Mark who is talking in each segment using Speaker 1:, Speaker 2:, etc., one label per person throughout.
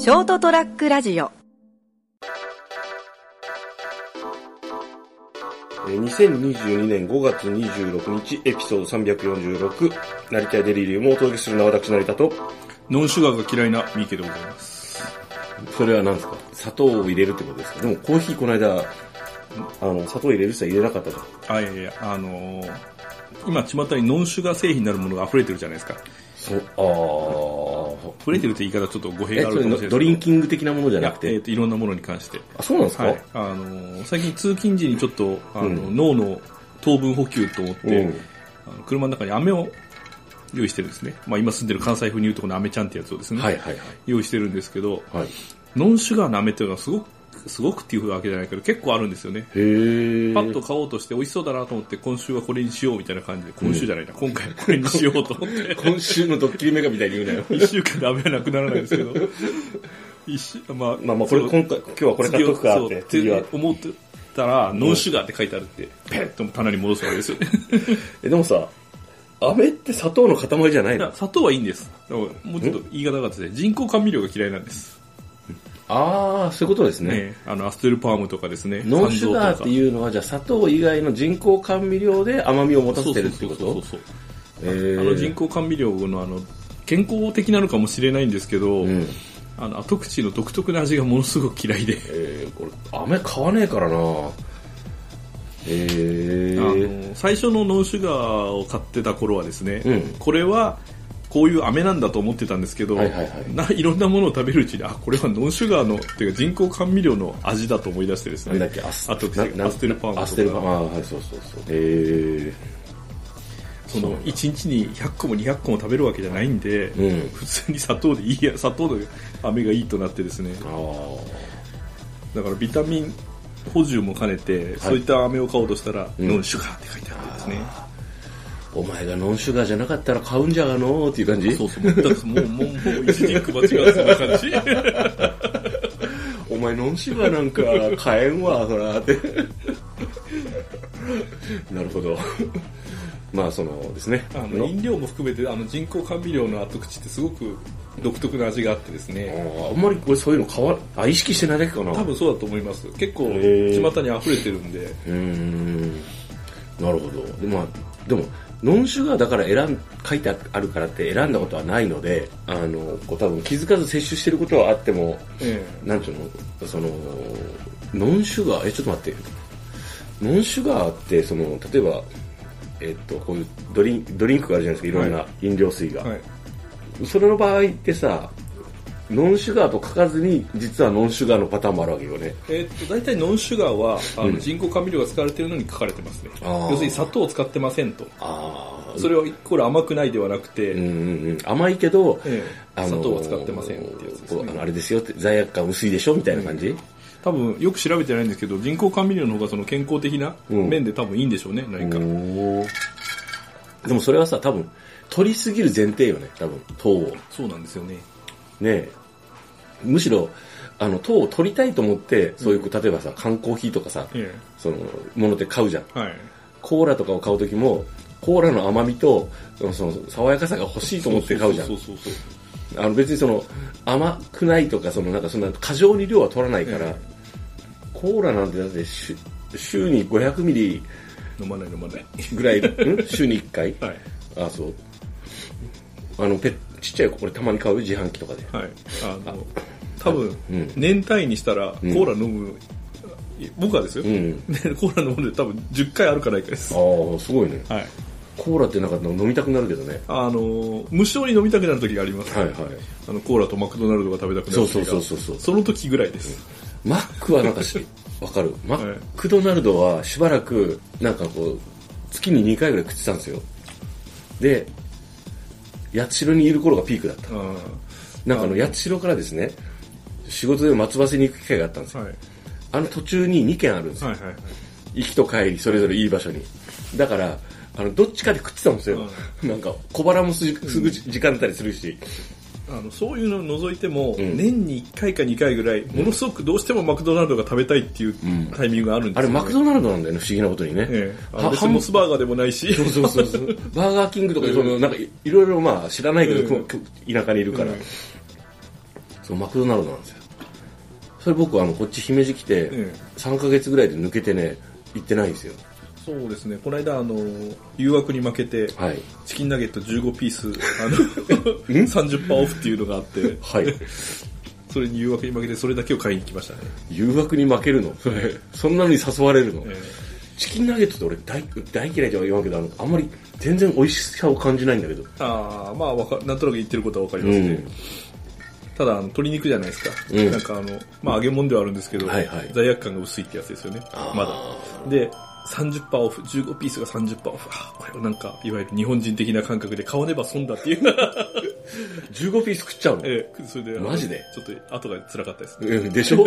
Speaker 1: ショートトラックラジオ。
Speaker 2: 2022年5月26日エピソード346、成田デリリウムをお届けするのは私成田と、
Speaker 3: ノンシュガーが嫌いなミーケでございます。
Speaker 2: それは何ですか？砂糖を入れるってことですか？でもコーヒーこの間砂糖入れる人は入れなかったと。
Speaker 3: いや今巷にノンシュガー製品になるものが溢れてるじゃないですか。溢れてるって言い方ちょっと語弊があるかもしれないですけど、
Speaker 2: ドリンキング的なものじゃなくて、
Speaker 3: いろんなものに関して。
Speaker 2: そうなんですか？
Speaker 3: はい。最近通勤時にちょっと脳の糖分補給と思って、車の中に飴を用意してるんですね。まあ今住んでる関西風に言うとこの飴ちゃんってやつをですね、用意してるんですけど、ノンシュガーの飴っていうのはすごくっていうわけじゃないけど結構あるんですよね。パッと買おうとして美味しそうだなと思って今週はこれにしようみたいな感じで、今週じゃないな、今回これにしようと思って
Speaker 2: 今週のドッキリメガみたいに言うなよ。
Speaker 3: 1週間で飴はなくならないですけどまあ
Speaker 2: これ今日はこれ買っとくかって
Speaker 3: 次は思ってたらノンシュガーって書いてあるってペッと棚に戻すわけですよね。
Speaker 2: でもさ、飴って砂糖の塊じゃないの？
Speaker 3: 砂糖はいいんです。もうちょっと言い方がですね、人工甘味料が嫌いなんです。
Speaker 2: そういうことですね。
Speaker 3: アステルパームとかですね。
Speaker 2: ノンシュガーっていうのはじゃあ砂糖以外の人工甘味料で甘みを持たせてるってこと？
Speaker 3: そう。人工甘味料の健康的なのかもしれないんですけど、後口の独特な味がものすごく嫌いで。
Speaker 2: これ飴買わねえからな。
Speaker 3: 最初のノンシュガーを買ってた頃はですね、これはこういう飴なんだと思ってたんですけど、いろんなものを食べるうちにこれはノンシュガーのっていうか人工甘味料の味だと思い出してですね。
Speaker 2: なんだっけ、
Speaker 3: アステルパームとか。
Speaker 2: アステルパーム、そう。
Speaker 3: その1日に100個も200個も食べるわけじゃないんで、普通に砂糖でいいや、砂糖で飴がいいとなってですね。だからビタミン補充も兼ねて、そういった飴を買おうとしたら、ノンシュガーって書いてあるんですね。
Speaker 2: お前がノンシュガーじゃなかったら買うんじゃがのーっていう感じ？
Speaker 3: そう、もう一時間違うそんな感じ。
Speaker 2: お前ノンシュガーなんか買えんわ、そらって。なるほど。まあそのですね。
Speaker 3: 飲料も含めて人工甘味料の後口ってすごく独特な味があってですね。
Speaker 2: あんまりこれそういうの意識してないだけかな。
Speaker 3: 多分そうだと思います。結構巷に溢れてるんで。
Speaker 2: なるほど。でもノンシュガーだから書いてあるからって選んだことはないので、多分気づかず摂取してることはあっても、なんていうの、そのノンシュガーちょっと待って、ノンシュガーって例えばこういうドリンクがあるじゃないですか、いろんな飲料水が、それの場合ってさ、ノンシュガーと書かずに実はノンシュガーのパターンもあるわけよね。
Speaker 3: 大体ノンシュガーは人工甘味料が使われているのに書かれてますね。要するに砂糖を使ってませんと。それはイコール甘くないではなくて、
Speaker 2: 甘いけど、
Speaker 3: 砂糖は使ってませんってやつですね。
Speaker 2: あれですよって、罪悪感薄いでしょみたいな感じ。
Speaker 3: 多分よく調べてないんですけど、人工甘味料の方がその健康的な面で多分いいんでしょうね、何か。
Speaker 2: でもそれはさ、多分取りすぎる前提よね、多分糖を。
Speaker 3: そうなんですよね。
Speaker 2: ねえ、むしろ糖を取りたいと思ってそういう、例えばさ缶コーヒーとかさ、そのものって買うじゃん、コーラとかを買う時もコーラの甘みとその爽やかさが欲しいと思って買うじゃん。別にその甘くないとかなんかそんな過剰に量は取らないから、コーラなんてだって週に500ミリ
Speaker 3: 飲まない
Speaker 2: ぐらい週に1回、そう、ちっちゃいこれたまに買う自販機とかで、
Speaker 3: 多分、年単位にしたらコーラ飲む、僕はですよ、コーラ飲むで多分10回あるかないかです。
Speaker 2: すごいね。コーラってなんか飲みたくなるけどね。
Speaker 3: 無償に飲みたくなる時があります。コーラとマクドナルドが食べたくなる時が、その時ぐらいです。
Speaker 2: マックはなんかわかる。マクドナルドはしばらくなんかこう月に2回ぐらい食ってたんですよ。で八代にいる頃がピークだった。なんか八代からですね、仕事で松葉に行く機会があったんですよ。途中に2軒あるんですよ。行きと帰りそれぞれいい場所に。だからどっちかで食ってたんですよ。なんか小腹もすぐ時間だったりするし。
Speaker 3: そういうのを除いても、年に1回か2回ぐらいものすごくどうしてもマクドナルドが食べたいっていうタイミングがあるんですよ、ね。あれマ
Speaker 2: クドナルドなんだよね、不思議なことにね。
Speaker 3: 別にモスバーガーでもないし。
Speaker 2: そうバーガーキングとかなんかいろいろ知らないけど、田舎にいるから。 そう、マクドナルドなんですよ。それ僕こっち姫路来て、3ヶ月ぐらいで抜けてね、行ってないんですよ。
Speaker 3: そうですね。この間、誘惑に負けて、はい、チキンナゲット15ピース、30% オフっていうのがあって、はい。それに誘惑に負けて、それだけを買いに来ましたね。
Speaker 2: 誘惑に負けるのそんなのに誘われるの、チキンナゲットって俺大嫌いとは言わんけど、あんまり全然美味しさを感じないんだけど。
Speaker 3: ああ、まあなんとなく言ってることはわかりますね。ただ、鶏肉じゃないですか。なんかまあ揚げ物ではあるんですけど、はいはい、罪悪感が薄いってやつですよね。まだ。で、30% オフ、15ピースが30% オフ。これはなんか、いわゆる日本人的な感覚で買わねば損だっていう。
Speaker 2: 15ピース食っちゃうの？
Speaker 3: それで。
Speaker 2: マジで？
Speaker 3: ちょっと後が辛かったですね。
Speaker 2: でしょ？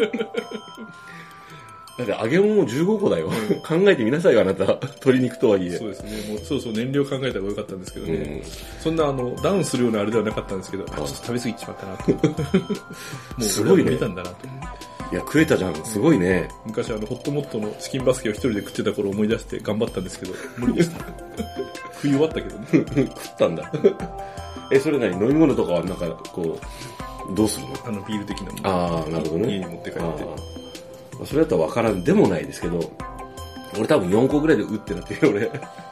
Speaker 2: だって揚げ物も15個だよ。考えてみなさいよ、あなた。鶏肉とはいえ。
Speaker 3: そうですね。もうそう燃料考えた方がよかったんですけどね。そんなダウンするようなあれではなかったんですけど、ちょっと食べ過ぎてしまったなと。もう
Speaker 2: すごいね。
Speaker 3: 見たんだなと。
Speaker 2: いや、食えたじゃん。すごいね。
Speaker 3: 昔ホットモットのチキンバスケを一人で食ってた頃思い出して頑張ったんですけど、無理でした。食い終わったけどね。
Speaker 2: 食ったんだ。それ何？飲み物とかはなんか、こう、どうするの？
Speaker 3: ビール的なも
Speaker 2: の。ああ、なるほどね。
Speaker 3: 家に持って帰って。
Speaker 2: それだったら分からんでもないですけど、俺多分4個ぐらいでうってなってる、俺。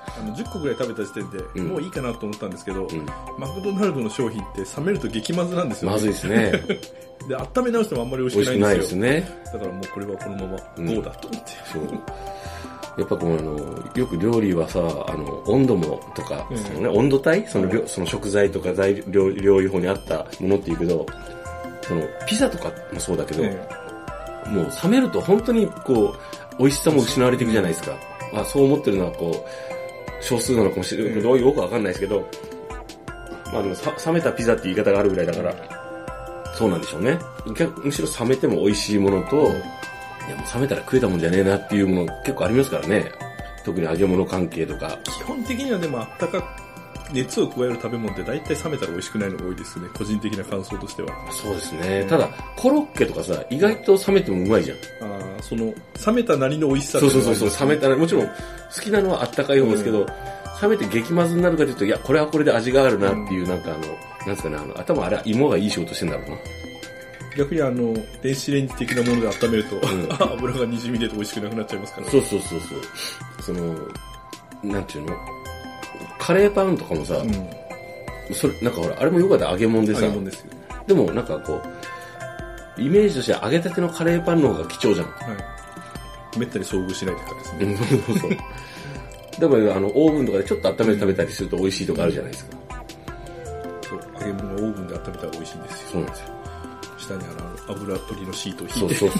Speaker 3: 10個ぐらい食べた時点で、もういいかなと思ったんですけど、マクドナルドの商品って冷めると激まずなんですよね。
Speaker 2: まずいですね。
Speaker 3: で、温め直してもあんまり美味しくないんですよ。
Speaker 2: 美味しくないですね。
Speaker 3: だからもうこれはこのまま GO だと思って。
Speaker 2: そう。やっぱよく料理はさ、温度もとか、温度帯その食材とか料理法に合ったものって言うけど、ピザとかもそうだけど、もう冷めると本当にこう、美味しさも失われていくじゃないですか。まあそう思ってるのはこう、少数なのかもしれないけど、よくわかんないですけど、まあでも冷めたピザって言い方があるぐらいだから、そうなんでしょうね。むしろ冷めても美味しいものと、いやもう冷めたら食えたもんじゃねえなっていうもの結構ありますからね。特に揚げ物関係とか。
Speaker 3: 基本的にはでもあったか熱を加える食べ物って大体冷めたら美味しくないのが多いですね。個人的な感想としては。
Speaker 2: そうですね。ただ、コロッケとかさ、意外と冷めてもうまいじゃん。
Speaker 3: 冷めたなりの美味しさ。
Speaker 2: そう、冷めたなり、もちろん好きなのはあったかい方ですけど、冷めて激まずになるかというと、いや、これはこれで味があるなっていう、なんかなんですかね、頭あれは芋がいい仕事してんだろうな。
Speaker 3: 逆に電子レンジ的なもので温めると、油が滲み出て美味しくなくなっちゃいますから、ね。
Speaker 2: そう。なんていうの？カレーパンとかもさ、それ、なんかほら、あれもよかった揚げ物でさ、
Speaker 3: 揚げ物ですよ。
Speaker 2: でもなんかこう、イメージとしては揚げたてのカレーパンの方が貴重じゃん。
Speaker 3: はい。めったに遭遇しないとかですね。
Speaker 2: そう。でもオーブンとかでちょっと温めて食べたりすると美味しいとかあるじゃないですか。
Speaker 3: そう、揚げ物はオーブンで温めたら美味しいんですよ。
Speaker 2: そうなんですよ。
Speaker 3: 下に油取りのシートを引いて。
Speaker 2: そう。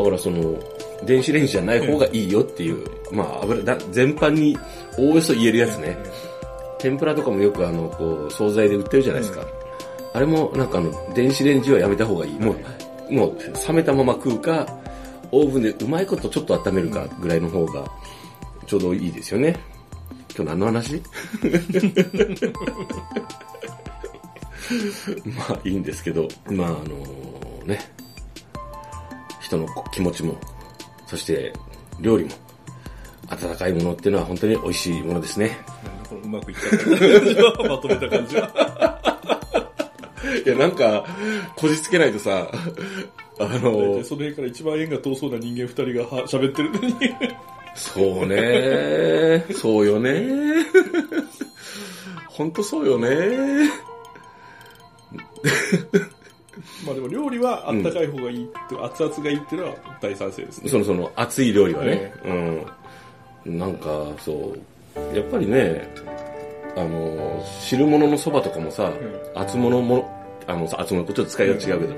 Speaker 2: だから電子レンジじゃない方がいいよっていう、まあ全般におおよそ言えるやつね。天ぷらとかもよくこう、惣菜で売ってるじゃないですか。あれもなんか電子レンジはやめた方がいい。もう冷めたまま食うか、オーブンでうまいことちょっと温めるかぐらいの方がちょうどいいですよね。今日何の話？まあいいんですけど、まあね、人の気持ちも、そして料理も、温かいものっていうのは本当に美味しいものですね。
Speaker 3: うまくいった感じは、まとめた感じは。
Speaker 2: いや、なんか、こじつけないとさ、
Speaker 3: その辺から一番縁が遠そうな人間二人が喋ってるのに。
Speaker 2: そうね。そうよね。ほんとそうよね。
Speaker 3: まあでも料理はあったかい方がいいって、熱々がいいっていうのは大賛成ですね。
Speaker 2: その熱い料理はね。なんか、そう。やっぱりね、汁物のそばとかもさ、熱物も、熱物とちょっと使いが違うけど、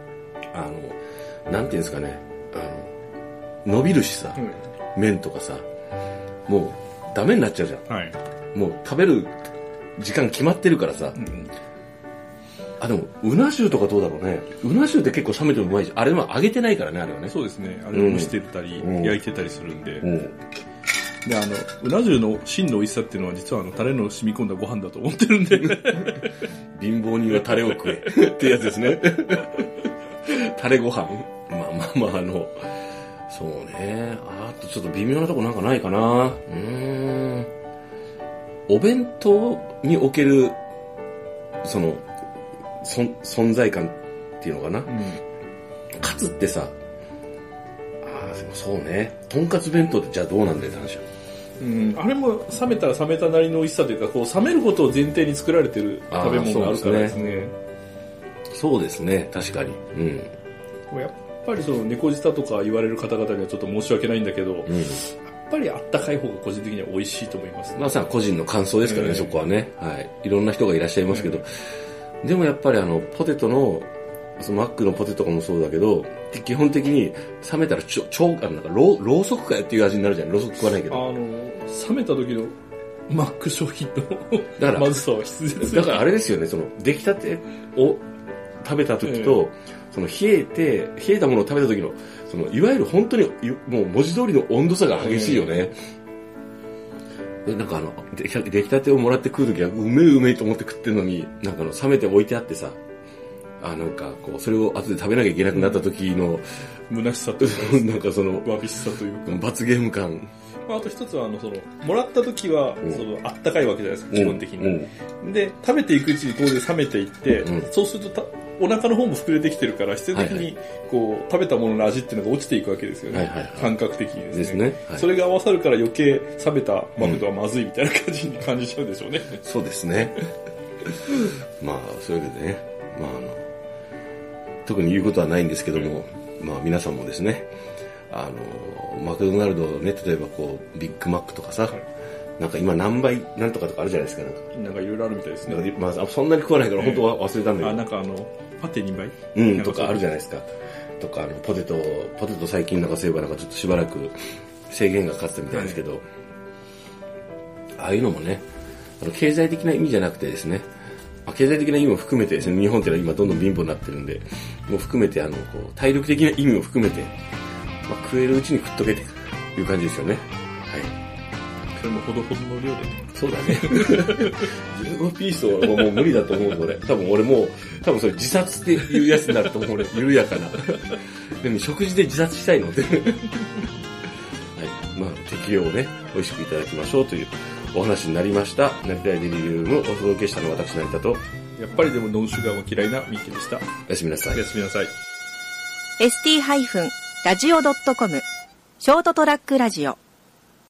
Speaker 2: なんていうんですかね、伸びるしさ、麺とかさ、もうダメになっちゃうじゃん。はい、もう食べる時間決まってるからさ、でも、うな重とかどうだろうね。うな重って結構冷めてもうまいじゃん。あれでも揚げてないからね、あれはね。
Speaker 3: そうですね。あれを蒸してたり、焼いてたりするんで。で、うな重の真の美味しさっていうのは実はタレの染み込んだご飯だと思ってるんで。
Speaker 2: 貧乏人はタレを食え。ってやつですね。タレご飯。まあ、そうね。あとちょっと微妙なとこなんかないかな。お弁当における、 存在感っていうのかな。カツってさ、そうね、とんかつ弁当ってじゃあどうなんだよって話よ。
Speaker 3: あれも冷めたら冷めたなりの美味しさというか、こう冷めることを前提に作られてる食べ物があるからですね。
Speaker 2: そうですね、確かに。
Speaker 3: やっぱりその猫舌とか言われる方々にはちょっと申し訳ないんだけど、やっぱりあったかい方が個人的には美味しいと思いますね。
Speaker 2: まあさ、個人の感想ですからね、そこはね。はい。いろんな人がいらっしゃいますけど、でもやっぱりポテトの、マックのポテトとかもそうだけど、基本的に冷めたらなんかろうそくかよっていう味になるじゃん。ろうそく食わないけど。
Speaker 3: 冷めた時のマック商品のまずさは必然
Speaker 2: だからあれですよね、出来たてを食べた時と、冷えたものを食べた時の、いわゆる本当に、もう文字通りの温度差が激しいよね。なんか出来たてをもらって食う時は、うめえと思って食ってるのに、なんか冷めて置いてあってさ、なんかそれを後で食べなきゃいけなくなった時の、
Speaker 3: 虚しさというか、
Speaker 2: なんか
Speaker 3: わびしさというか、
Speaker 2: 罰ゲーム感。
Speaker 3: あと一つは、もらった時は、あったかいわけじゃないですか、基本的に。で、食べていくうちに当然冷めていって、そうするとお腹の方も膨れてきてるから、必然的に、食べたものの味っていうのが落ちていくわけですよね。感覚的にですね。それが合わさるから余計冷めたマクドはまずいみたいな感じに感じちゃうんでしょうね。
Speaker 2: そうですね。まあ、そういうわけでね。まあ、特に言うことはないんですけども、まあ皆さんもですね、マクドナルドね、例えばビッグマックとかさ、なんか今何倍なんとかとかあるじゃないですか。
Speaker 3: なんかいろいろあるみたいですね。
Speaker 2: まあそんなに食わないから本当は忘れたんだけど。
Speaker 3: なんかパテ2倍
Speaker 2: とかあるじゃないですか。とかポテト最近なんかそういえばなんかちょっとしばらく制限がかかってたみたいですけど、ああいうのもね、経済的な意味じゃなくてですね、経済的な意味も含めてですね、日本っていうのは今どんどん貧乏になってるんで、もう含めて体力的な意味も含めて、食えるうちに食っとけという感じですよね。はい。
Speaker 3: それもほどほどの量でね。
Speaker 2: そうだね。15ピースはもう無理だと思う、これ。多分それ自殺っていうやつになると思う、俺。緩やかな。でも食事で自殺したいので。はい。まあ、適量をね、美味しくいただきましょうというお話になりました。成田デリリウムをお届けしたのは私、成田と。
Speaker 3: やっぱりでもノンシュガーも嫌いなミッキーでした。
Speaker 2: おやすみなさい。
Speaker 3: おやすみなさい。
Speaker 1: ST-radio.com ショートトラックラジオ